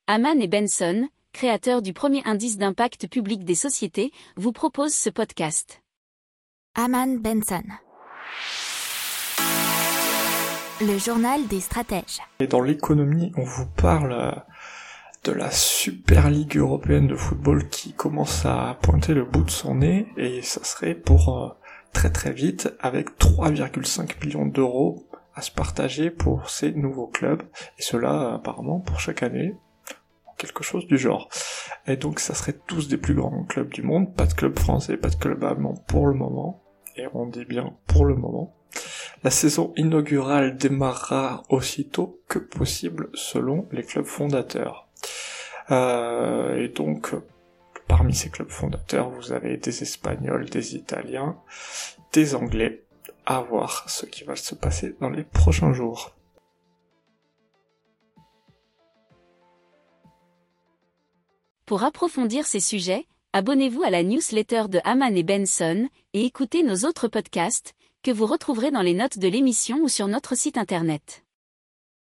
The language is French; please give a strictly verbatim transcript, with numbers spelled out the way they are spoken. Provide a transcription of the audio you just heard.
Hamann et Benson, créateurs du premier indice d'impact public des sociétés, vous proposent ce podcast. Hamann Benson. Le journal des stratèges. Et dans l'économie, on vous parle de la Super Ligue européenne de football qui commence à pointer le bout de son nez, et ça serait pour euh, très très vite, avec trois virgule cinq millions d'euros à se partager pour ces nouveaux clubs, et cela apparemment pour chaque année, quelque chose du genre. Et donc ça serait tous des plus grands clubs du monde, pas de club français, pas de club allemand pour le moment, et on dit bien pour le moment. La saison inaugurale démarrera aussitôt que possible selon les clubs fondateurs. Euh, et donc, parmi ces clubs fondateurs, vous avez des Espagnols, des Italiens, des Anglais, à voir ce qui va se passer dans les prochains jours. Pour approfondir ces sujets, abonnez-vous à la newsletter de Hamann et Benson et écoutez nos autres podcasts que vous retrouverez dans les notes de l'émission ou sur notre site internet.